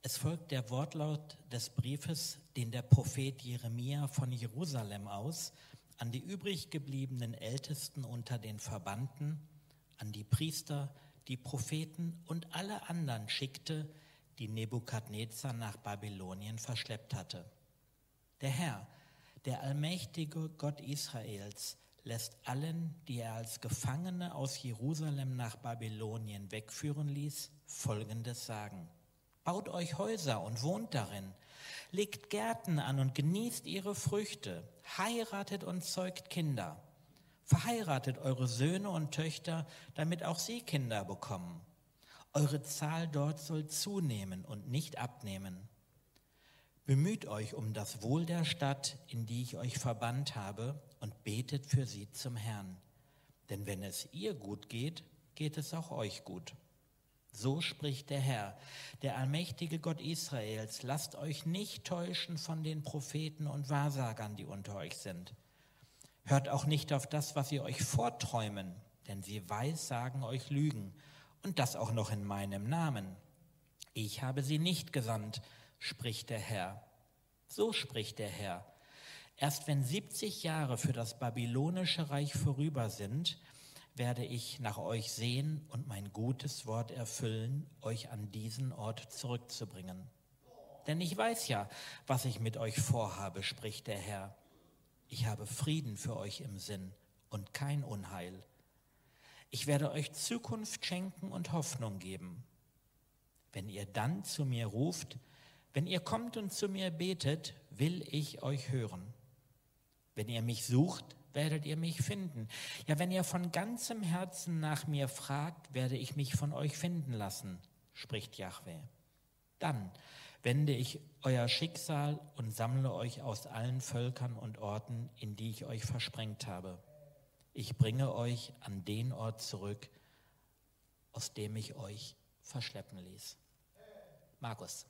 Es folgt der Wortlaut des Briefes, den der Prophet Jeremia von Jerusalem aus an die übrig gebliebenen Ältesten unter den Verbannten, an die Priester, die Propheten und alle anderen schickte, die Nebukadnezar nach Babylonien verschleppt hatte. Der Herr, der allmächtige Gott Israels, lässt allen, die er als Gefangene aus Jerusalem nach Babylonien wegführen ließ, Folgendes sagen: Baut euch Häuser und wohnt darin, legt Gärten an und genießt ihre Früchte, heiratet und zeugt Kinder, verheiratet eure Söhne und Töchter, damit auch sie Kinder bekommen. Eure Zahl dort soll zunehmen und nicht abnehmen. Bemüht euch um das Wohl der Stadt, in die ich euch verbannt habe, und betet für sie zum Herrn. Denn wenn es ihr gut geht, geht es auch euch gut. So spricht der Herr, der allmächtige Gott Israels: Lasst euch nicht täuschen von den Propheten und Wahrsagern, die unter euch sind. Hört auch nicht auf das, was sie euch vorträumen, denn sie weissagen euch Lügen, und das auch noch in meinem Namen. Ich habe sie nicht gesandt, spricht der Herr. So spricht der Herr: Erst wenn 70 Jahre für das babylonische Reich vorüber sind, werde ich nach euch sehen und mein gutes Wort erfüllen, euch an diesen Ort zurückzubringen. Denn ich weiß ja, was ich mit euch vorhabe, spricht der Herr. Ich habe Frieden für euch im Sinn und kein Unheil. Ich werde euch Zukunft schenken und Hoffnung geben. Wenn ihr dann zu mir ruft, wenn ihr kommt und zu mir betet, will ich euch hören. Wenn ihr mich sucht, werdet ihr mich finden. Ja, wenn ihr von ganzem Herzen nach mir fragt, werde ich mich von euch finden lassen, spricht Jahwe. Dann wende ich euer Schicksal und sammle euch aus allen Völkern und Orten, in die ich euch versprengt habe. Ich bringe euch an den Ort zurück, aus dem ich euch verschleppen ließ. Markus.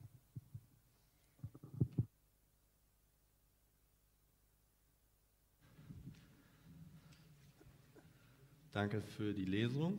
Danke für die Lesung.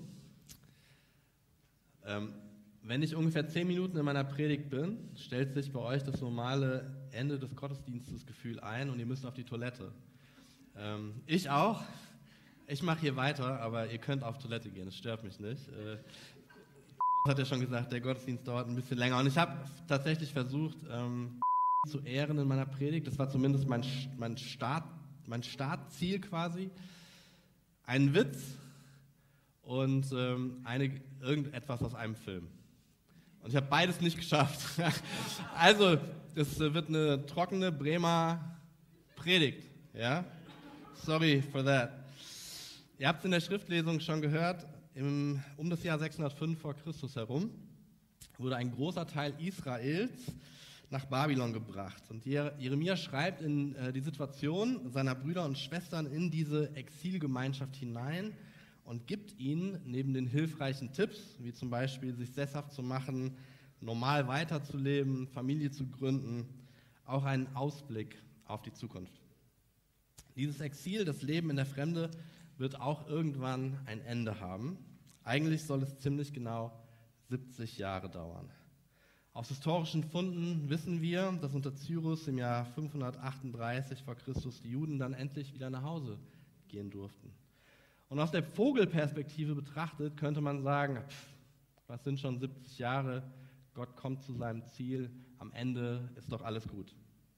Wenn ich ungefähr 10 Minuten in meiner Predigt bin, stellt sich bei euch das normale Ende des Gottesdienstes-Gefühl ein und ihr müsst auf die Toilette. Ich auch. Ich mache hier weiter, aber ihr könnt auf Toilette gehen, das stört mich nicht. Thomas hat ja schon gesagt, der Gottesdienst dauert ein bisschen länger. Und ich habe tatsächlich versucht, zu ehren in meiner Predigt. Das war zumindest mein Startziel quasi. Einen Witz und irgendetwas aus einem Film. Und ich habe beides nicht geschafft. Also, das wird eine trockene Bremer Predigt. Ja? Sorry for that. Ihr habt es in der Schriftlesung schon gehört, um das Jahr 605 vor Christus herum wurde ein großer Teil Israels nach Babylon gebracht. Und Jeremia schreibt in die Situation seiner Brüder und Schwestern in diese Exilgemeinschaft hinein und gibt ihnen neben den hilfreichen Tipps, wie zum Beispiel sich sesshaft zu machen, normal weiterzuleben, Familie zu gründen, auch einen Ausblick auf die Zukunft. Dieses Exil, das Leben in der Fremde, wird auch irgendwann ein Ende haben. Eigentlich soll es ziemlich genau 70 Jahre dauern. Aus historischen Funden wissen wir, dass unter Cyrus im Jahr 538 vor Christus die Juden dann endlich wieder nach Hause gehen durften. Und aus der Vogelperspektive betrachtet könnte man sagen, was sind schon 70 Jahre, Gott kommt zu seinem Ziel, am Ende ist doch alles gut.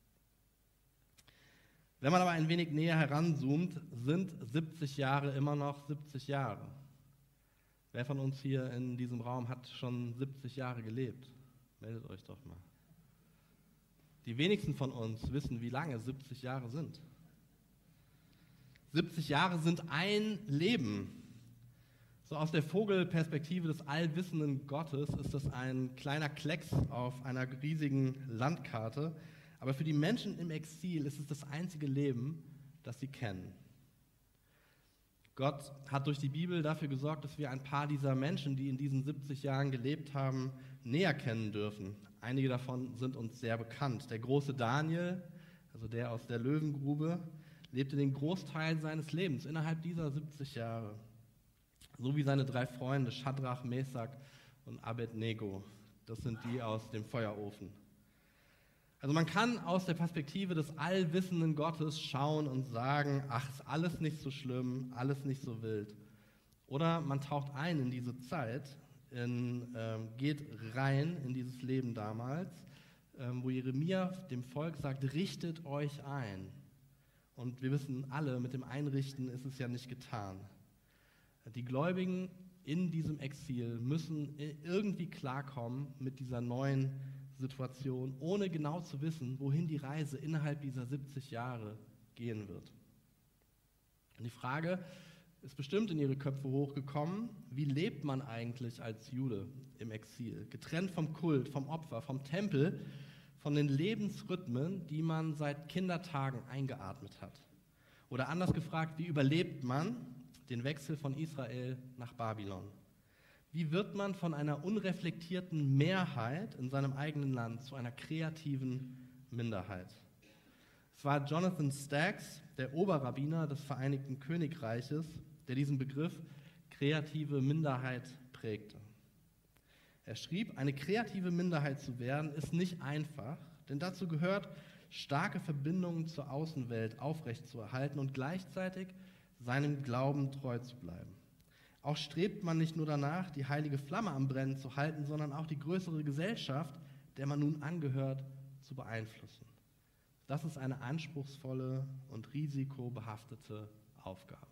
Wenn man aber ein wenig näher heranzoomt, sind 70 Jahre immer noch 70 Jahre. Wer von uns hier in diesem Raum hat schon 70 Jahre gelebt? Meldet euch doch mal. Die wenigsten von uns wissen, wie lange 70 Jahre sind. 70 Jahre sind ein Leben. So aus der Vogelperspektive des allwissenden Gottes ist das ein kleiner Klecks auf einer riesigen Landkarte. Aber für die Menschen im Exil ist es das einzige Leben, das sie kennen. Gott hat durch die Bibel dafür gesorgt, dass wir ein paar dieser Menschen, die in diesen 70 Jahren gelebt haben, näher kennen dürfen. Einige davon sind uns sehr bekannt. Der große Daniel, also der aus der Löwengrube, lebte den Großteil seines Lebens innerhalb dieser 70 Jahre. So wie seine 3 Freunde Schadrach, Mesach und Abednego. Das sind die aus dem Feuerofen. Also man kann aus der Perspektive des allwissenden Gottes schauen und sagen, ach, ist alles nicht so schlimm, alles nicht so wild. Oder man taucht ein in diese Zeit, geht rein in dieses Leben damals, wo Jeremia dem Volk sagt, richtet euch ein. Und wir wissen alle, mit dem Einrichten ist es ja nicht getan. Die Gläubigen in diesem Exil müssen irgendwie klarkommen mit dieser neuen Situation, ohne genau zu wissen, wohin die Reise innerhalb dieser 70 Jahre gehen wird. Und die Frage ist bestimmt in ihre Köpfe hochgekommen, wie lebt man eigentlich als Jude im Exil? Getrennt vom Kult, vom Opfer, vom Tempel, von den Lebensrhythmen, die man seit Kindertagen eingeatmet hat. Oder anders gefragt, wie überlebt man den Wechsel von Israel nach Babylon? Wie wird man von einer unreflektierten Mehrheit in seinem eigenen Land zu einer kreativen Minderheit? Es war Jonathan Staggs, der Oberrabbiner des Vereinigten Königreiches, der diesen Begriff kreative Minderheit prägte. Er schrieb, eine kreative Minderheit zu werden, ist nicht einfach, denn dazu gehört, starke Verbindungen zur Außenwelt aufrechtzuerhalten und gleichzeitig seinem Glauben treu zu bleiben. Auch strebt man nicht nur danach, die heilige Flamme am Brennen zu halten, sondern auch die größere Gesellschaft, der man nun angehört, zu beeinflussen. Das ist eine anspruchsvolle und risikobehaftete Aufgabe.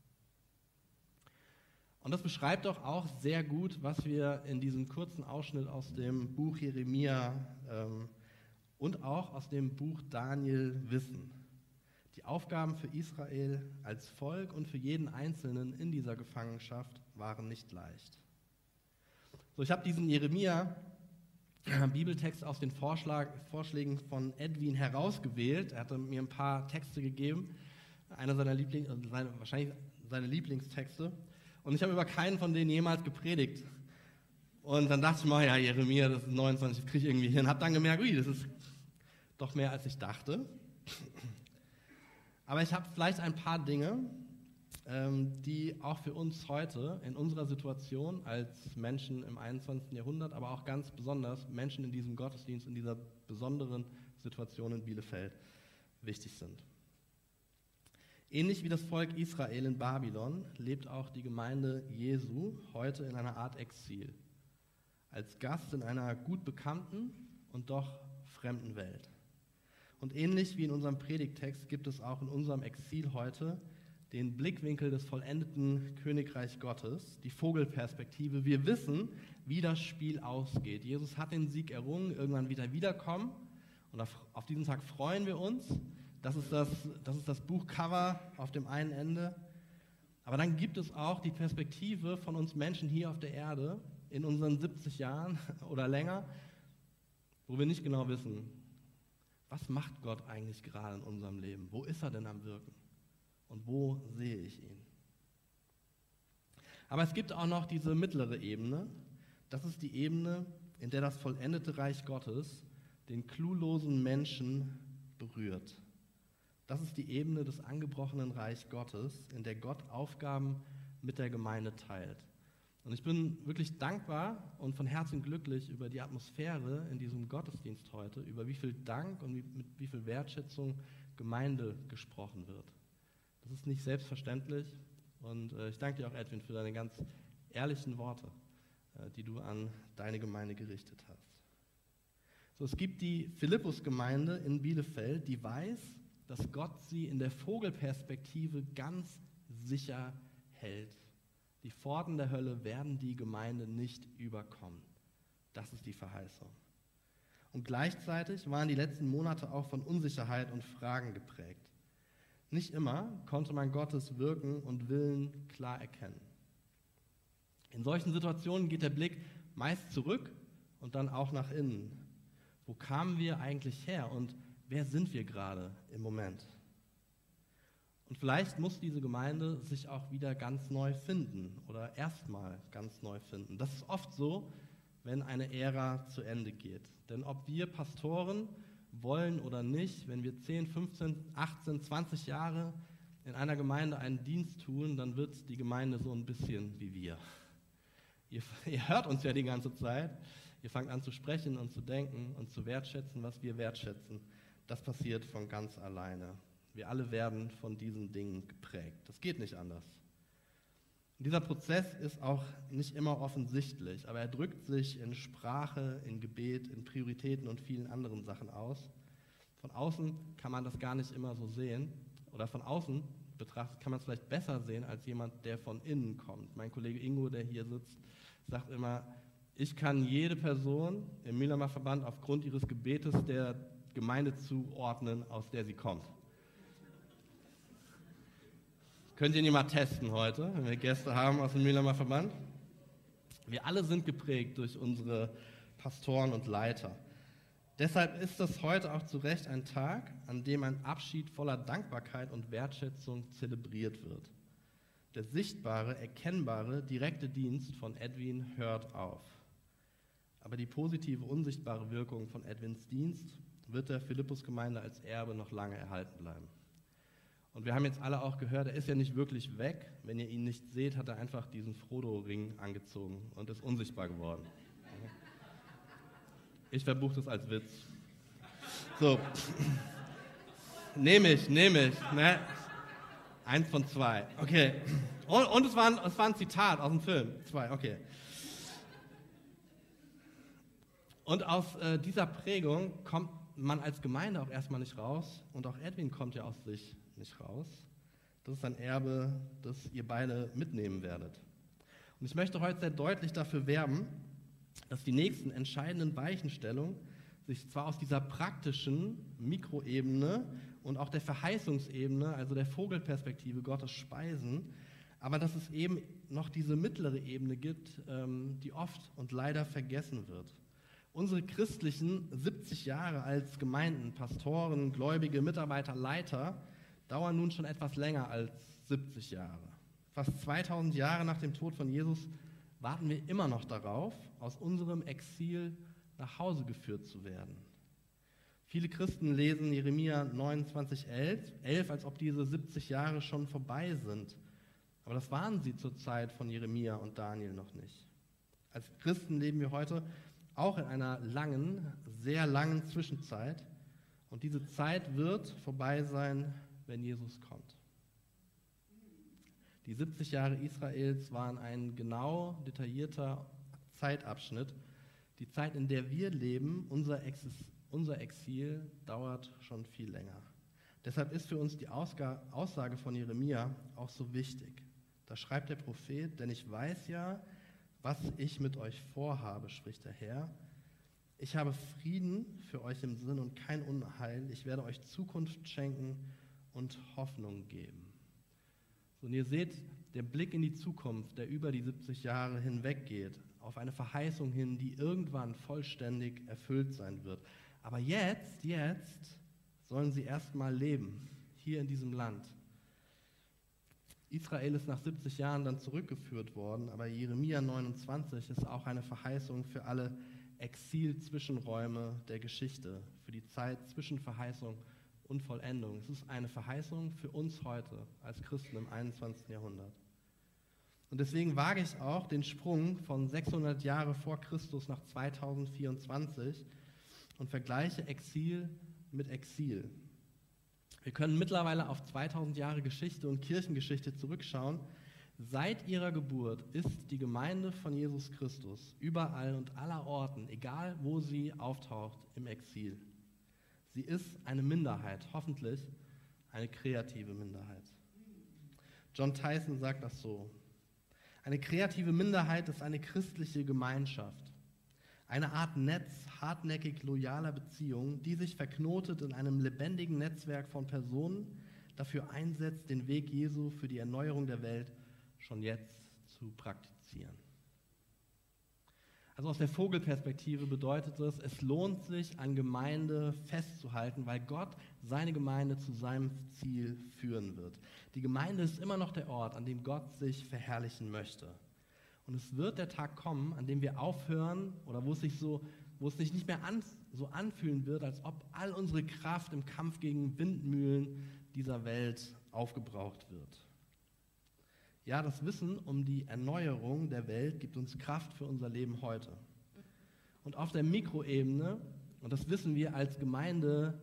Und das beschreibt doch auch sehr gut, was wir in diesem kurzen Ausschnitt aus dem Buch Jeremia und auch aus dem Buch Daniel wissen. Die Aufgaben für Israel als Volk und für jeden Einzelnen in dieser Gefangenschaft waren nicht leicht. So, ich habe diesen Jeremia-Bibeltext aus den Vorschlägen von Edwin herausgewählt. Er hatte mir ein paar Texte gegeben, einer seiner wahrscheinlich seine Lieblingstexte. Und ich habe über keinen von denen jemals gepredigt. Und dann dachte ich mal, ja, Jeremia, das ist 29, das kriege ich irgendwie hin. Habe dann gemerkt, ui, das ist doch mehr, als ich dachte. Aber ich habe vielleicht ein paar Dinge, die auch für uns heute in unserer Situation als Menschen im 21. Jahrhundert, aber auch ganz besonders Menschen in diesem Gottesdienst, in dieser besonderen Situation in Bielefeld wichtig sind. Ähnlich wie das Volk Israel in Babylon lebt auch die Gemeinde Jesu heute in einer Art Exil, als Gast in einer gut bekannten und doch fremden Welt. Und ähnlich wie in unserem Predigttext gibt es auch in unserem Exil heute den Blickwinkel des vollendeten Königreich Gottes, die Vogelperspektive. Wir wissen, wie das Spiel ausgeht. Jesus hat den Sieg errungen, irgendwann wieder wiederkommen. Und auf diesen Tag freuen wir uns. Das ist das Buchcover auf dem einen Ende. Aber dann gibt es auch die Perspektive von uns Menschen hier auf der Erde in unseren 70 Jahren oder länger, wo wir nicht genau wissen, was macht Gott eigentlich gerade in unserem Leben? Wo ist er denn am Wirken? Und wo sehe ich ihn? Aber es gibt auch noch diese mittlere Ebene. Das ist die Ebene, in der das vollendete Reich Gottes den cluelosen Menschen berührt. Das ist die Ebene des angebrochenen Reich Gottes, in der Gott Aufgaben mit der Gemeinde teilt. Und ich bin wirklich dankbar und von Herzen glücklich über die Atmosphäre in diesem Gottesdienst heute, über wie viel Dank und mit wie viel Wertschätzung Gemeinde gesprochen wird. Das ist nicht selbstverständlich und ich danke dir auch, Edwin, für deine ganz ehrlichen Worte, die du an deine Gemeinde gerichtet hast. So, es gibt die Philippus-Gemeinde in Bielefeld, die weiß, dass Gott sie in der Vogelperspektive ganz sicher hält. Die Pforten der Hölle werden die Gemeinde nicht überkommen. Das ist die Verheißung. Und gleichzeitig waren die letzten Monate auch von Unsicherheit und Fragen geprägt. Nicht immer konnte man Gottes Wirken und Willen klar erkennen. In solchen Situationen geht der Blick meist zurück und dann auch nach innen. Wo kamen wir eigentlich her und wer sind wir gerade im Moment? Und vielleicht muss diese Gemeinde sich auch wieder ganz neu finden oder erstmal ganz neu finden. Das ist oft so, wenn eine Ära zu Ende geht. Denn ob wir Pastoren wollen oder nicht, wenn wir 10, 15, 18, 20 Jahre in einer Gemeinde einen Dienst tun, dann wird die Gemeinde so ein bisschen wie wir. Ihr hört uns ja die ganze Zeit, Ihr fangt an zu sprechen und zu denken und zu wertschätzen, was wir wertschätzen. Das passiert von ganz alleine. Wir alle werden von diesen Dingen geprägt. Das geht nicht anders. Und dieser Prozess ist auch nicht immer offensichtlich, aber er drückt sich in Sprache, in Gebet, in Prioritäten und vielen anderen Sachen aus. Von außen kann man das gar nicht immer so sehen, oder von außen betrachtet kann man es vielleicht besser sehen als jemand, der von innen kommt. Mein Kollege Ingo, der hier sitzt, sagt immer, ich kann jede Person im Mühlheimer Verband aufgrund ihres Gebetes der Gemeinde zuordnen, aus der sie kommt. Könnt ihr nicht mal testen heute, wenn wir Gäste haben aus dem Mühlheimer Verband? Wir alle sind geprägt durch unsere Pastoren und Leiter. Deshalb ist das heute auch zu Recht ein Tag, an dem ein Abschied voller Dankbarkeit und Wertschätzung zelebriert wird. Der sichtbare, erkennbare, direkte Dienst von Edwin hört auf. Aber die positive, unsichtbare Wirkung von Edwins Dienst wird der Philippus-Gemeinde als Erbe noch lange erhalten bleiben. Und wir haben jetzt alle auch gehört, er ist ja nicht wirklich weg. Wenn ihr ihn nicht seht, hat er einfach diesen Frodo-Ring angezogen und ist unsichtbar geworden. Ich verbuche das als Witz. So. Nehme ich. Ne? 1 von 2. Okay. Und es war ein Zitat aus dem Film. 2, okay. Und aus dieser Prägung kommt man als Gemeinde auch erstmal nicht raus. Und auch Edwin kommt ja aus sich nicht raus. Das ist ein Erbe, das ihr beide mitnehmen werdet. Und ich möchte heute sehr deutlich dafür werben, dass die nächsten entscheidenden Weichenstellungen sich zwar aus dieser praktischen Mikroebene und auch der Verheißungsebene, also der Vogelperspektive Gottes speisen, aber dass es eben noch diese mittlere Ebene gibt, die oft und leider vergessen wird. Unsere christlichen 70 Jahre als Gemeinden, Pastoren, Gläubige, Mitarbeiter, Leiter dauern nun schon etwas länger als 70 Jahre. Fast 2000 Jahre nach dem Tod von Jesus warten wir immer noch darauf, aus unserem Exil nach Hause geführt zu werden. Viele Christen lesen Jeremia 29,11, als ob diese 70 Jahre schon vorbei sind. Aber das waren sie zur Zeit von Jeremia und Daniel noch nicht. Als Christen leben wir heute auch in einer langen, sehr langen Zwischenzeit. Und diese Zeit wird vorbei sein, wenn Jesus kommt. Die 70 Jahre Israels waren ein genau detaillierter Zeitabschnitt. Die Zeit, in der wir leben, unser Exil, dauert schon viel länger. Deshalb ist für uns die Aussage von Jeremia auch so wichtig. Da schreibt der Prophet, denn ich weiß ja, was ich mit euch vorhabe, spricht der Herr. Ich habe Frieden für euch im Sinn und kein Unheil. Ich werde euch Zukunft schenken und Hoffnung geben. Und ihr seht, der Blick in die Zukunft, der über die 70 Jahre hinweg geht, auf eine Verheißung hin, die irgendwann vollständig erfüllt sein wird. Aber jetzt sollen sie erstmal leben, hier in diesem Land. Israel ist nach 70 Jahren dann zurückgeführt worden, aber Jeremia 29 ist auch eine Verheißung für alle Exil-Zwischenräume der Geschichte, für die Zeit zwischen Verheißung und Vollendung. Es ist eine Verheißung für uns heute als Christen im 21. Jahrhundert. Und deswegen wage ich auch den Sprung von 600 Jahre vor Christus nach 2024 und vergleiche Exil mit Exil. Wir können mittlerweile auf 2000 Jahre Geschichte und Kirchengeschichte zurückschauen. Seit ihrer Geburt ist die Gemeinde von Jesus Christus überall und aller Orten, egal wo sie auftaucht, im Exil. Sie ist eine Minderheit, hoffentlich eine kreative Minderheit. John Tyson sagt das so: Eine kreative Minderheit ist eine christliche Gemeinschaft. Eine Art Netz hartnäckig loyaler Beziehungen, die sich verknotet in einem lebendigen Netzwerk von Personen, dafür einsetzt, den Weg Jesu für die Erneuerung der Welt schon jetzt zu praktizieren. Also aus der Vogelperspektive bedeutet es, es lohnt sich, an Gemeinde festzuhalten, weil Gott seine Gemeinde zu seinem Ziel führen wird. Die Gemeinde ist immer noch der Ort, an dem Gott sich verherrlichen möchte. Und es wird der Tag kommen, an dem wir aufhören oder wo es sich nicht mehr so anfühlen wird, als ob all unsere Kraft im Kampf gegen Windmühlen dieser Welt aufgebraucht wird. Ja, das Wissen um die Erneuerung der Welt gibt uns Kraft für unser Leben heute. Und auf der Mikroebene, und das wissen wir als Gemeinde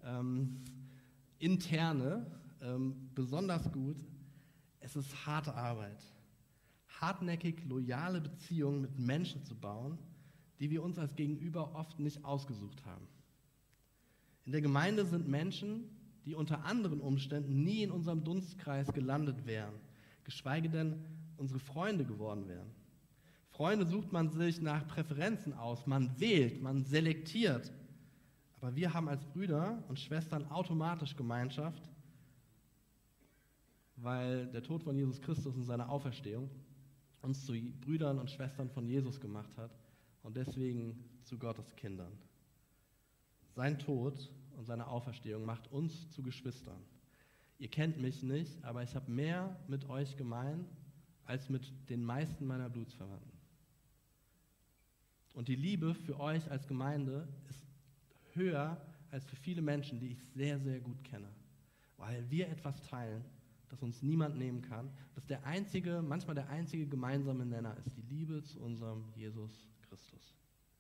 interne besonders gut, es ist harte Arbeit. Hartnäckig loyale Beziehungen mit Menschen zu bauen, die wir uns als Gegenüber oft nicht ausgesucht haben. In der Gemeinde sind Menschen, die unter anderen Umständen nie in unserem Dunstkreis gelandet wären, geschweige denn unsere Freunde geworden wären. Freunde sucht man sich nach Präferenzen aus, man wählt, man selektiert. Aber wir haben als Brüder und Schwestern automatisch Gemeinschaft, weil der Tod von Jesus Christus und seine Auferstehung uns zu Brüdern und Schwestern von Jesus gemacht hat und deswegen zu Gottes Kindern. Sein Tod und seine Auferstehung macht uns zu Geschwistern. Ihr kennt mich nicht, aber ich habe mehr mit euch gemein als mit den meisten meiner Blutsverwandten. Und die Liebe für euch als Gemeinde ist höher als für viele Menschen, die ich sehr, sehr gut kenne. Weil wir etwas teilen, das uns niemand nehmen kann, das manchmal der einzige gemeinsame Nenner ist, die Liebe zu unserem Jesus Christus.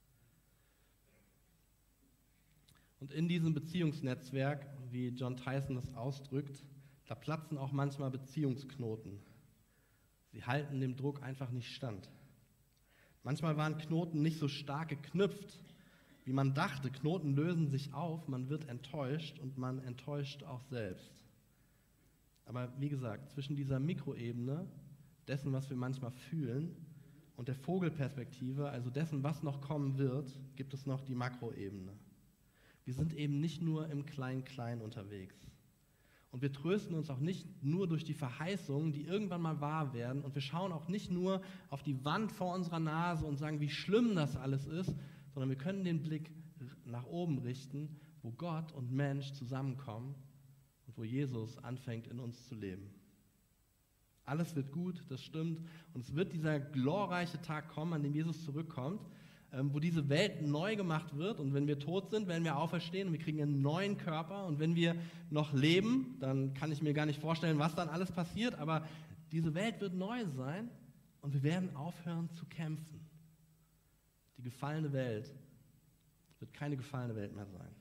Und in diesem Beziehungsnetzwerk, wie John Tyson das ausdrückt, da platzen auch manchmal Beziehungsknoten. Sie halten dem Druck einfach nicht stand. Manchmal waren Knoten nicht so stark geknüpft, wie man dachte. Knoten lösen sich auf, man wird enttäuscht und man enttäuscht auch selbst. Aber wie gesagt, zwischen dieser Mikroebene, dessen, was wir manchmal fühlen, und der Vogelperspektive, also dessen, was noch kommen wird, gibt es noch die Makroebene. Wir sind eben nicht nur im Klein-Klein unterwegs. Und wir trösten uns auch nicht nur durch die Verheißungen, die irgendwann mal wahr werden. Und wir schauen auch nicht nur auf die Wand vor unserer Nase und sagen, wie schlimm das alles ist, sondern wir können den Blick nach oben richten, wo Gott und Mensch zusammenkommen und wo Jesus anfängt, in uns zu leben. Alles wird gut, das stimmt. Und es wird dieser glorreiche Tag kommen, an dem Jesus zurückkommt, wo diese Welt neu gemacht wird. Und wenn wir tot sind, werden wir auferstehen und wir kriegen einen neuen Körper. Und wenn wir noch leben, dann kann ich mir gar nicht vorstellen, was dann alles passiert. Aber diese Welt wird neu sein und wir werden aufhören zu kämpfen. Die gefallene Welt wird keine gefallene Welt mehr sein.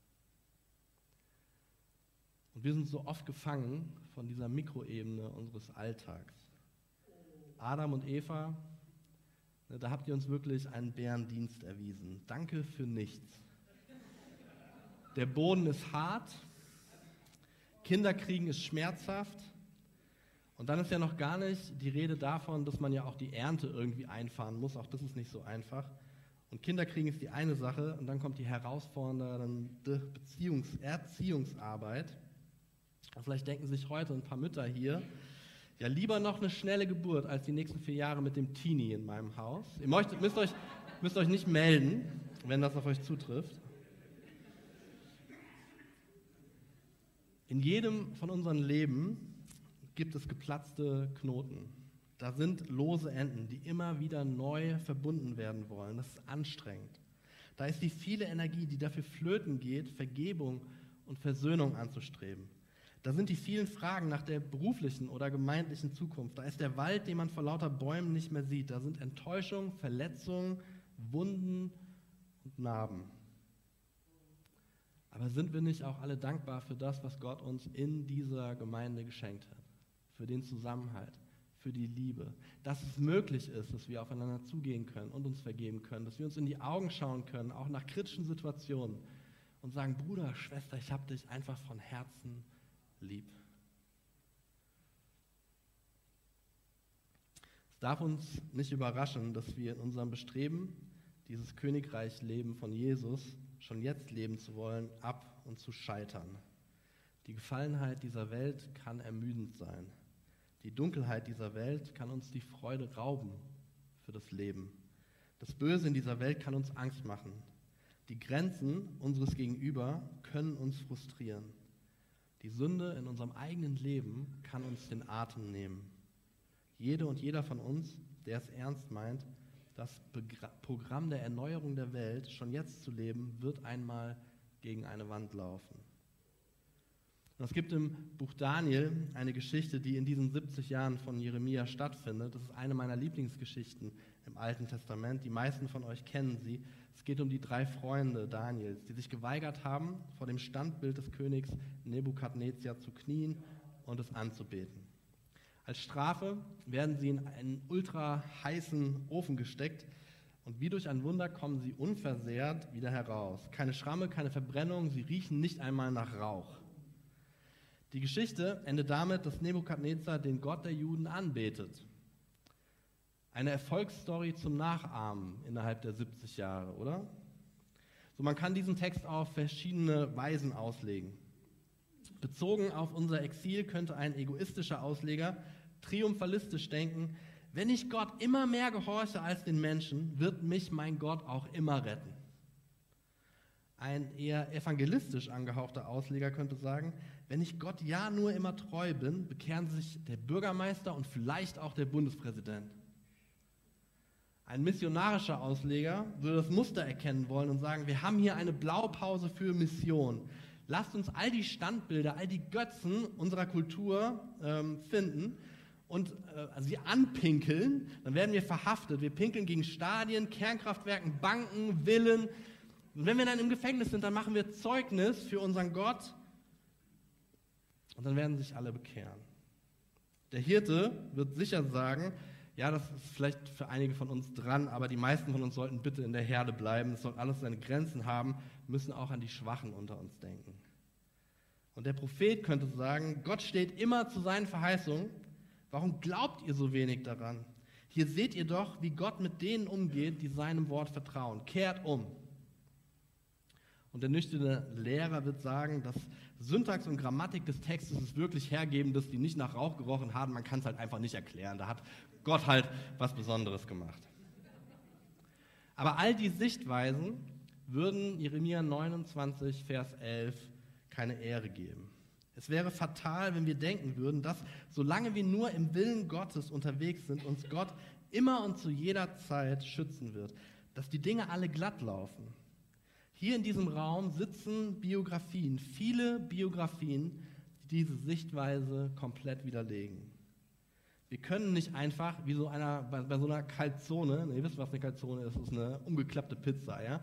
Und wir sind so oft gefangen von dieser Mikroebene unseres Alltags. Adam und Eva, da habt ihr uns wirklich einen Bärendienst erwiesen. Danke für nichts. Der Boden ist hart, Kinderkriegen ist schmerzhaft und dann ist ja noch gar nicht die Rede davon, dass man ja auch die Ernte irgendwie einfahren muss. Auch das ist nicht so einfach. Und Kinderkriegen ist die eine Sache und dann kommt die herausfordernde Erziehungsarbeit. Und vielleicht denken sich heute ein paar Mütter hier, ja, lieber noch eine schnelle Geburt als die nächsten 4 Jahre mit dem Teenie in meinem Haus. Ihr müsst euch nicht melden, wenn das auf euch zutrifft. In jedem von unseren Leben gibt es geplatzte Knoten. Da sind lose Enden, die immer wieder neu verbunden werden wollen. Das ist anstrengend. Da ist die viele Energie, die dafür flöten geht, Vergebung und Versöhnung anzustreben. Da sind die vielen Fragen nach der beruflichen oder gemeindlichen Zukunft. Da ist der Wald, den man vor lauter Bäumen nicht mehr sieht. Da sind Enttäuschungen, Verletzungen, Wunden und Narben. Aber sind wir nicht auch alle dankbar für das, was Gott uns in dieser Gemeinde geschenkt hat? Für den Zusammenhalt, für die Liebe. Dass es möglich ist, dass wir aufeinander zugehen können und uns vergeben können. Dass wir uns in die Augen schauen können, auch nach kritischen Situationen. Und sagen, Bruder, Schwester, ich habe dich einfach von Herzen lieb. Es darf uns nicht überraschen, dass wir in unserem Bestreben, dieses Königreich-Leben von Jesus schon jetzt leben zu wollen, ab und zu scheitern. Die Gefallenheit dieser Welt kann ermüdend sein. Die Dunkelheit dieser Welt kann uns die Freude rauben für das Leben. Das Böse in dieser Welt kann uns Angst machen. Die Grenzen unseres Gegenüber können uns frustrieren. Die Sünde in unserem eigenen Leben kann uns den Atem nehmen. Jede und jeder von uns, der es ernst meint, das Programm der Erneuerung der Welt schon jetzt zu leben, wird einmal gegen eine Wand laufen. Und es gibt im Buch Daniel eine Geschichte, die in diesen 70 Jahren von Jeremia stattfindet. Das ist eine meiner Lieblingsgeschichten im Alten Testament. Die meisten von euch kennen sie. Es geht um die 3 Freunde Daniels, die sich geweigert haben, vor dem Standbild des Königs Nebukadnezar zu knien und es anzubeten. Als Strafe werden sie in einen ultra heißen Ofen gesteckt und wie durch ein Wunder kommen sie unversehrt wieder heraus. Keine Schramme, keine Verbrennung, sie riechen nicht einmal nach Rauch. Die Geschichte endet damit, dass Nebukadnezar den Gott der Juden anbetet. Eine Erfolgsstory zum Nachahmen innerhalb der 70 Jahre, oder? So, man kann diesen Text auf verschiedene Weisen auslegen. Bezogen auf unser Exil könnte ein egoistischer Ausleger triumphalistisch denken: Wenn ich Gott immer mehr gehorche als den Menschen, wird mich mein Gott auch immer retten. Ein eher evangelistisch angehauchter Ausleger könnte sagen: Wenn ich Gott ja nur immer treu bin, bekehren sich der Bürgermeister und vielleicht auch der Bundespräsident. Ein missionarischer Ausleger würde das Muster erkennen wollen und sagen: Wir haben hier eine Blaupause für Mission. Lasst uns all die Standbilder, all die Götzen unserer Kultur finden und sie anpinkeln, dann werden wir verhaftet. Wir pinkeln gegen Stadien, Kernkraftwerken, Banken, Villen. Und wenn wir dann im Gefängnis sind, dann machen wir Zeugnis für unseren Gott und dann werden sich alle bekehren. Der Hirte wird sicher sagen: Ja, das ist vielleicht für einige von uns dran, aber die meisten von uns sollten bitte in der Herde bleiben. Es soll alles seine Grenzen haben, müssen auch an die Schwachen unter uns denken. Und der Prophet könnte sagen: Gott steht immer zu seinen Verheißungen. Warum glaubt ihr so wenig daran? Hier seht ihr doch, wie Gott mit denen umgeht, die seinem Wort vertrauen. Kehrt um. Und der nüchterne Lehrer wird sagen, dass Syntax und Grammatik des Textes es wirklich hergeben, dass die nicht nach Rauch gerochen haben. Man kann es halt einfach nicht erklären. Da hat Gott halt was Besonderes gemacht. Aber all die Sichtweisen würden Jeremia 29, Vers 11 keine Ehre geben. Es wäre fatal, wenn wir denken würden, dass, solange wir nur im Willen Gottes unterwegs sind, uns Gott immer und zu jeder Zeit schützen wird, dass die Dinge alle glatt laufen. Hier in diesem Raum sitzen Biografien, viele Biografien, die diese Sichtweise komplett widerlegen. Wir können nicht einfach, wie bei so einer Calzone, ihr wisst, was eine Calzone ist, das ist eine umgeklappte Pizza, ja?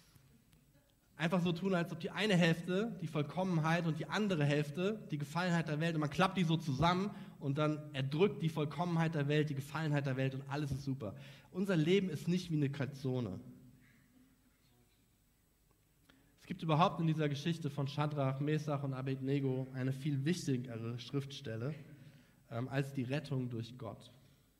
Einfach so tun, als ob die eine Hälfte die Vollkommenheit und die andere Hälfte die Gefallenheit der Welt, und man klappt die so zusammen und dann erdrückt die Vollkommenheit der Welt, die Gefallenheit der Welt und alles ist super. Unser Leben ist nicht wie eine Calzone. Es gibt überhaupt in dieser Geschichte von Schadrach, Mesach und Abednego eine viel wichtigere Schriftstelle als die Rettung durch Gott.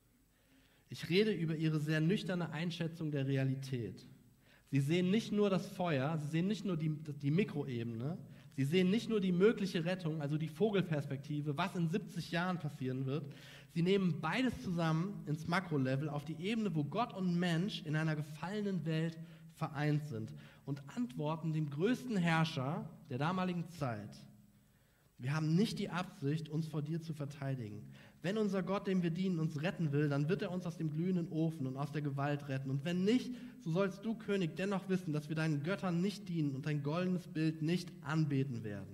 Ich rede über ihre sehr nüchterne Einschätzung der Realität. Sie sehen nicht nur das Feuer, sie sehen nicht nur die Mikroebene, sie sehen nicht nur die mögliche Rettung, also die Vogelperspektive, was in 70 Jahren passieren wird. Sie nehmen beides zusammen ins Makrolevel auf die Ebene, wo Gott und Mensch in einer gefallenen Welt vereint sind und antworten dem größten Herrscher der damaligen Zeit: Wir haben nicht die Absicht, uns vor dir zu verteidigen. Wenn unser Gott, dem wir dienen, uns retten will, dann wird er uns aus dem glühenden Ofen und aus der Gewalt retten. Und wenn nicht, so sollst du, König, dennoch wissen, dass wir deinen Göttern nicht dienen und dein goldenes Bild nicht anbeten werden.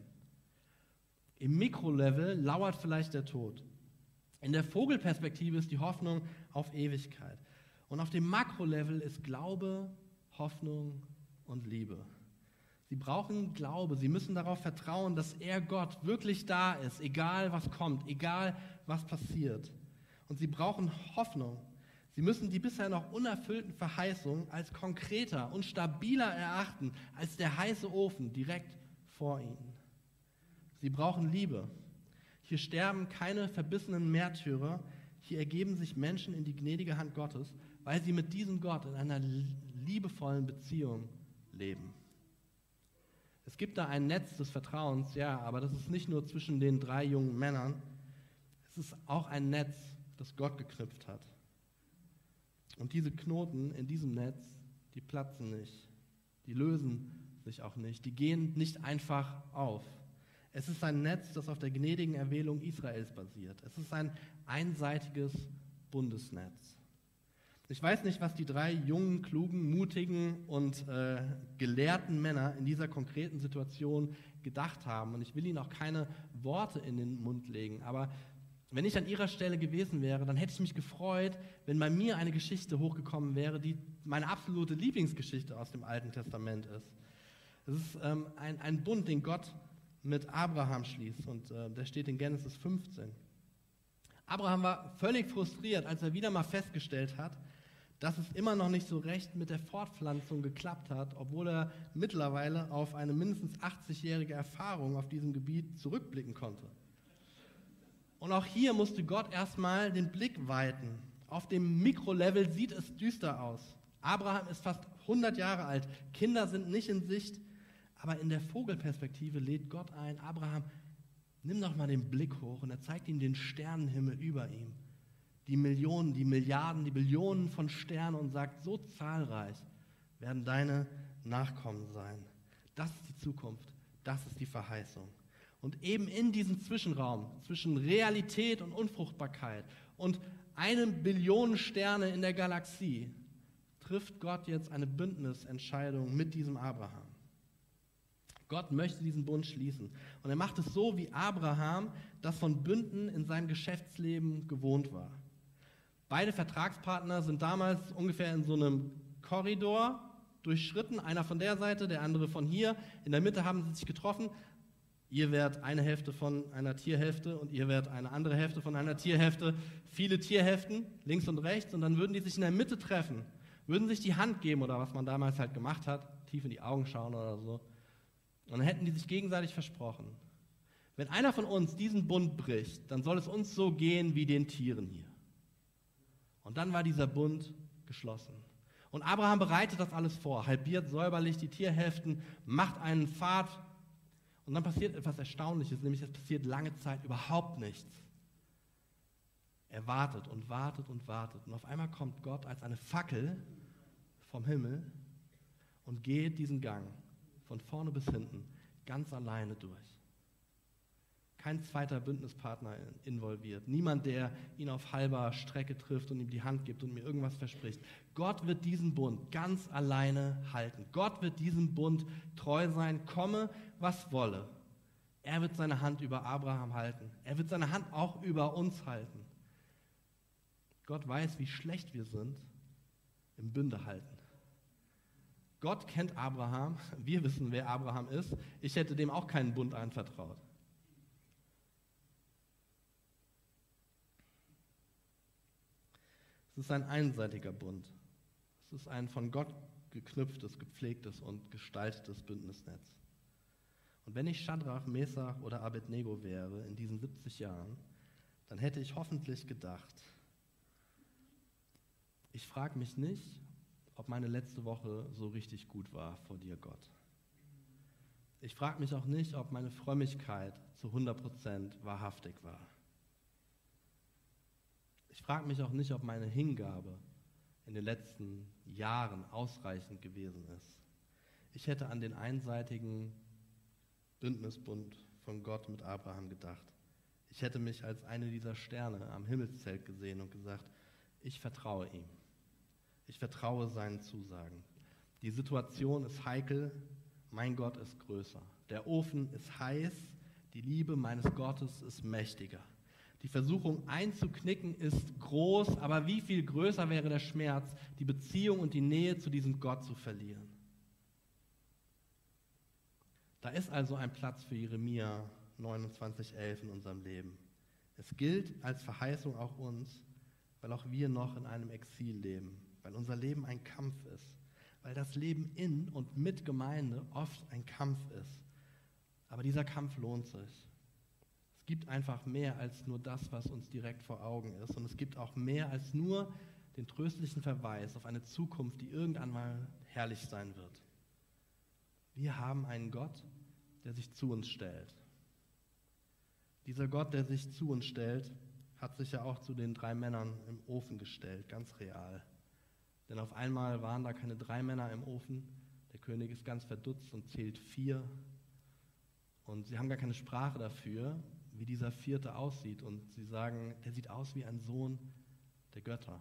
Im Mikrolevel lauert vielleicht der Tod. In der Vogelperspektive ist die Hoffnung auf Ewigkeit. Und auf dem Makrolevel ist Glaube, Hoffnung und Liebe. Sie brauchen Glaube, sie müssen darauf vertrauen, dass er Gott wirklich da ist, egal was kommt, egal was passiert. Und sie brauchen Hoffnung. Sie müssen die bisher noch unerfüllten Verheißungen als konkreter und stabiler erachten als der heiße Ofen direkt vor ihnen. Sie brauchen Liebe. Hier sterben keine verbissenen Märtyrer, hier ergeben sich Menschen in die gnädige Hand Gottes, weil sie mit diesem Gott in einer liebevollen Beziehung leben. Es gibt da ein Netz des Vertrauens, ja, aber das ist nicht nur zwischen den 3 jungen Männern, es ist auch ein Netz, das Gott geknüpft hat. Und diese Knoten in diesem Netz, die platzen nicht, die lösen sich auch nicht, die gehen nicht einfach auf. Es ist ein Netz, das auf der gnädigen Erwählung Israels basiert. Es ist ein einseitiges Bundesnetz. Ich weiß nicht, was die 3 jungen, klugen, mutigen und gelehrten Männer in dieser konkreten Situation gedacht haben. Und ich will ihnen auch keine Worte in den Mund legen. Aber Wenn ich an ihrer Stelle gewesen wäre, dann hätte ich mich gefreut, wenn bei mir eine Geschichte hochgekommen wäre, die meine absolute Lieblingsgeschichte aus dem Alten Testament ist. Es ist ein Bund, den Gott mit Abraham schließt, und der steht in Genesis 15. Abraham war völlig frustriert, als er wieder mal festgestellt hat, dass es immer noch nicht so recht mit der Fortpflanzung geklappt hat, obwohl er mittlerweile auf eine mindestens 80-jährige Erfahrung auf diesem Gebiet zurückblicken konnte. Und auch hier musste Gott erstmal den Blick weiten. Auf dem Mikrolevel sieht es düster aus. Abraham ist fast 100 Jahre alt, Kinder sind nicht in Sicht, aber in der Vogelperspektive lädt Gott ein: Abraham, nimm doch mal den Blick hoch, und er zeigt ihm den Sternenhimmel über ihm. Die Millionen, die Milliarden, die Billionen von Sternen, und sagt, so zahlreich werden deine Nachkommen sein. Das ist die Zukunft, das ist die Verheißung. Und eben in diesem Zwischenraum zwischen Realität und Unfruchtbarkeit und 1 Billion Sterne in der Galaxie trifft Gott jetzt eine Bündnisentscheidung mit diesem Abraham. Gott möchte diesen Bund schließen. Und er macht es so, wie Abraham das von Bünden in seinem Geschäftsleben gewohnt war. Beide Vertragspartner sind damals ungefähr in so einem Korridor durchschritten, einer von der Seite, der andere von hier. In der Mitte haben sie sich getroffen. Ihr wärt eine Hälfte von einer Tierhälfte und ihr wärt eine andere Hälfte von einer Tierhälfte. Viele Tierhälften, links und rechts, und dann würden die sich in der Mitte treffen, würden sich die Hand geben oder was man damals halt gemacht hat, tief in die Augen schauen oder so. Und dann hätten die sich gegenseitig versprochen: Wenn einer von uns diesen Bund bricht, dann soll es uns so gehen wie den Tieren hier. Und dann war dieser Bund geschlossen. Und Abraham bereitet das alles vor, halbiert säuberlich die Tierhälften, macht einen Pfad. Und dann passiert etwas Erstaunliches, nämlich es passiert lange Zeit überhaupt nichts. Er wartet und wartet und wartet. Und auf einmal kommt Gott als eine Fackel vom Himmel und geht diesen Gang von vorne bis hinten ganz alleine durch. Kein zweiter Bündnispartner involviert. Niemand, der ihn auf halber Strecke trifft und ihm die Hand gibt und mir irgendwas verspricht. Gott wird diesen Bund ganz alleine halten. Gott wird diesem Bund treu sein, komme, was wolle. Er wird seine Hand über Abraham halten. Er wird seine Hand auch über uns halten. Gott weiß, wie schlecht wir sind im Bünde halten. Gott kennt Abraham. Wir wissen, wer Abraham ist. Ich hätte dem auch keinen Bund anvertraut. Es ist ein einseitiger Bund. Es ist ein von Gott geknüpftes, gepflegtes und gestaltetes Bündnisnetz. Und wenn ich Schadrach, Mesach oder Abednego wäre in diesen 70 Jahren, dann hätte ich hoffentlich gedacht: Ich frage mich nicht, ob meine letzte Woche so richtig gut war vor dir, Gott. Ich frage mich auch nicht, ob meine Frömmigkeit zu 100% wahrhaftig war. Ich frage mich auch nicht, ob meine Hingabe in den letzten Jahren ausreichend gewesen ist. Ich hätte an den einseitigen Bündnisbund von Gott mit Abraham gedacht. Ich hätte mich als eine dieser Sterne am Himmelszelt gesehen und gesagt: Ich vertraue ihm. Ich vertraue seinen Zusagen. Die Situation ist heikel, mein Gott ist größer. Der Ofen ist heiß, die Liebe meines Gottes ist mächtiger. Die Versuchung einzuknicken ist groß, aber wie viel größer wäre der Schmerz, die Beziehung und die Nähe zu diesem Gott zu verlieren. Da ist also ein Platz für Jeremia 29,11 in unserem Leben. Es gilt als Verheißung auch uns, weil auch wir noch in einem Exil leben, weil unser Leben ein Kampf ist, weil das Leben in und mit Gemeinde oft ein Kampf ist. Aber dieser Kampf lohnt sich. Es gibt einfach mehr als nur das, was uns direkt vor Augen ist. Und es gibt auch mehr als nur den tröstlichen Verweis auf eine Zukunft, die irgendwann mal herrlich sein wird. Wir haben einen Gott, der sich zu uns stellt. Dieser Gott, der sich zu uns stellt, hat sich ja auch zu den 3 Männern im Ofen gestellt, ganz real. Denn auf einmal waren da keine 3 Männer im Ofen. Der König ist ganz verdutzt und zählt 4. Und sie haben gar keine Sprache dafür, wie dieser 4. aussieht. Und sie sagen, der sieht aus wie ein Sohn der Götter.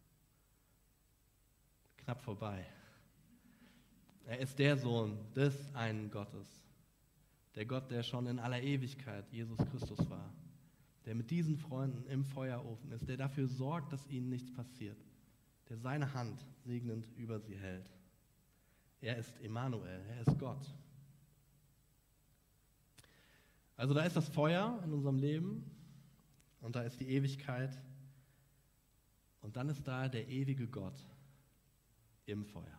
Knapp vorbei. Er ist der Sohn des einen Gottes. Der Gott, der schon in aller Ewigkeit Jesus Christus war. der mit diesen Freunden im Feuerofen ist, der dafür sorgt, dass ihnen nichts passiert, der seine Hand segnend über sie hält. Er ist Emmanuel, er ist Gott. Also da ist das Feuer in unserem Leben und da ist die Ewigkeit und dann ist da der ewige Gott im Feuer.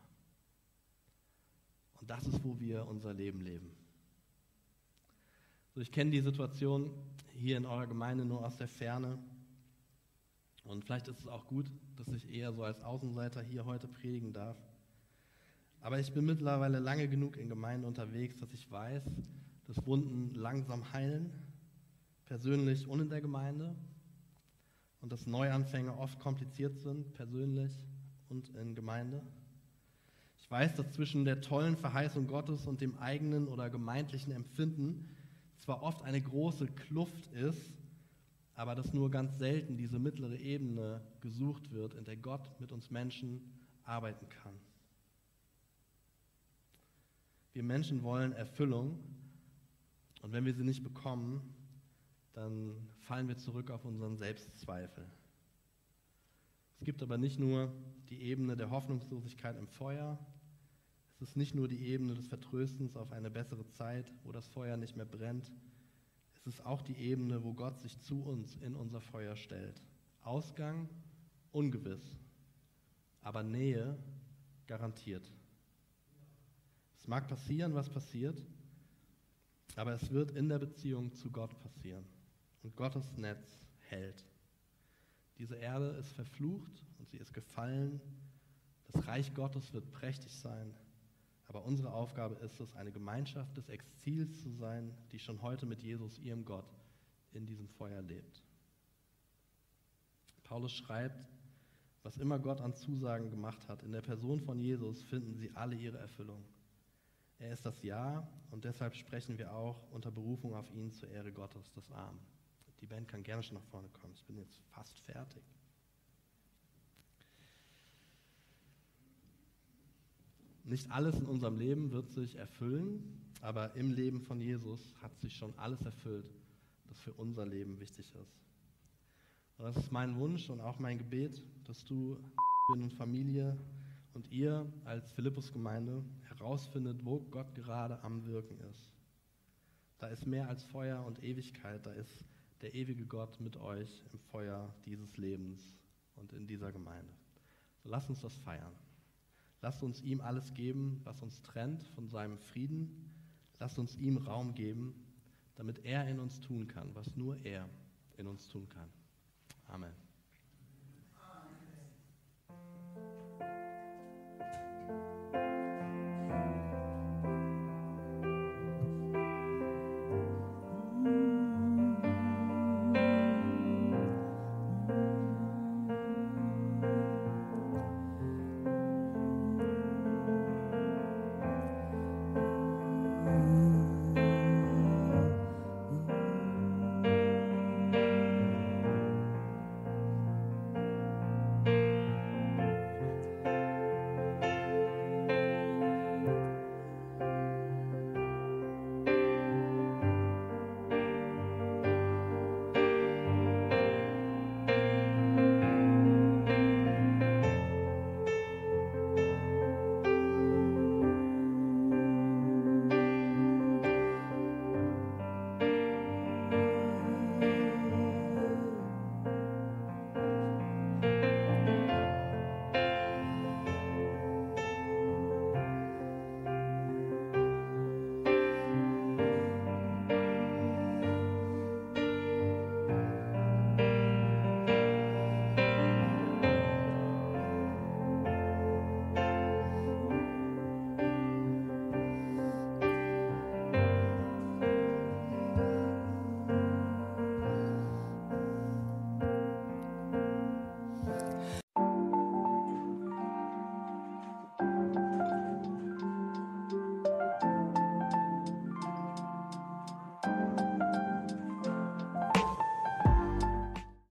Und das ist, wo wir unser Leben leben. So, ich kenne die Situation hier in eurer Gemeinde nur aus der Ferne und vielleicht ist es auch gut, dass ich eher so als Außenseiter hier heute predigen darf. Aber ich bin mittlerweile lange genug in Gemeinden unterwegs, dass ich weiß, dass Wunden langsam heilen, persönlich und in der Gemeinde, und dass Neuanfänge oft kompliziert sind, persönlich und in Gemeinde. Ich weiß, dass zwischen der tollen Verheißung Gottes und dem eigenen oder gemeindlichen Empfinden zwar oft eine große Kluft ist, aber dass nur ganz selten diese mittlere Ebene gesucht wird, in der Gott mit uns Menschen arbeiten kann. Wir Menschen wollen Erfüllung und wenn wir sie nicht bekommen, dann fallen wir zurück auf unseren Selbstzweifel. Es gibt aber nicht nur die Ebene der Hoffnungslosigkeit im Feuer, es ist nicht nur die Ebene des Vertröstens auf eine bessere Zeit, wo das Feuer nicht mehr brennt, es ist auch die Ebene, wo Gott sich zu uns in unser Feuer stellt. Ausgang ungewiss, aber Nähe garantiert. Es mag passieren, was passiert, aber es wird in der Beziehung zu Gott passieren. Und Gottes Netz hält. Diese Erde ist verflucht und sie ist gefallen. Das Reich Gottes wird prächtig sein. Aber unsere Aufgabe ist es, eine Gemeinschaft des Exils zu sein, die schon heute mit Jesus, ihrem Gott, in diesem Feuer lebt. Paulus schreibt, was immer Gott an Zusagen gemacht hat, in der Person von Jesus finden sie alle ihre Erfüllung. Er ist das Ja und deshalb sprechen wir auch unter Berufung auf ihn zur Ehre Gottes, das Amen. Die Band kann gerne schon nach vorne kommen. Ich bin jetzt fast fertig. Nicht alles in unserem Leben wird sich erfüllen, aber im Leben von Jesus hat sich schon alles erfüllt, das für unser Leben wichtig ist. Und das ist mein Wunsch und auch mein Gebet, dass du und Familie und ihr als Philippus-Gemeinde herausfindet, wo Gott gerade am Wirken ist. Da ist mehr als Feuer und Ewigkeit, da ist der ewige Gott mit euch im Feuer dieses Lebens und in dieser Gemeinde. So lasst uns das feiern. Lasst uns ihm alles geben, was uns trennt von seinem Frieden. Lasst uns ihm Raum geben, damit er in uns tun kann, was nur er in uns tun kann. Amen.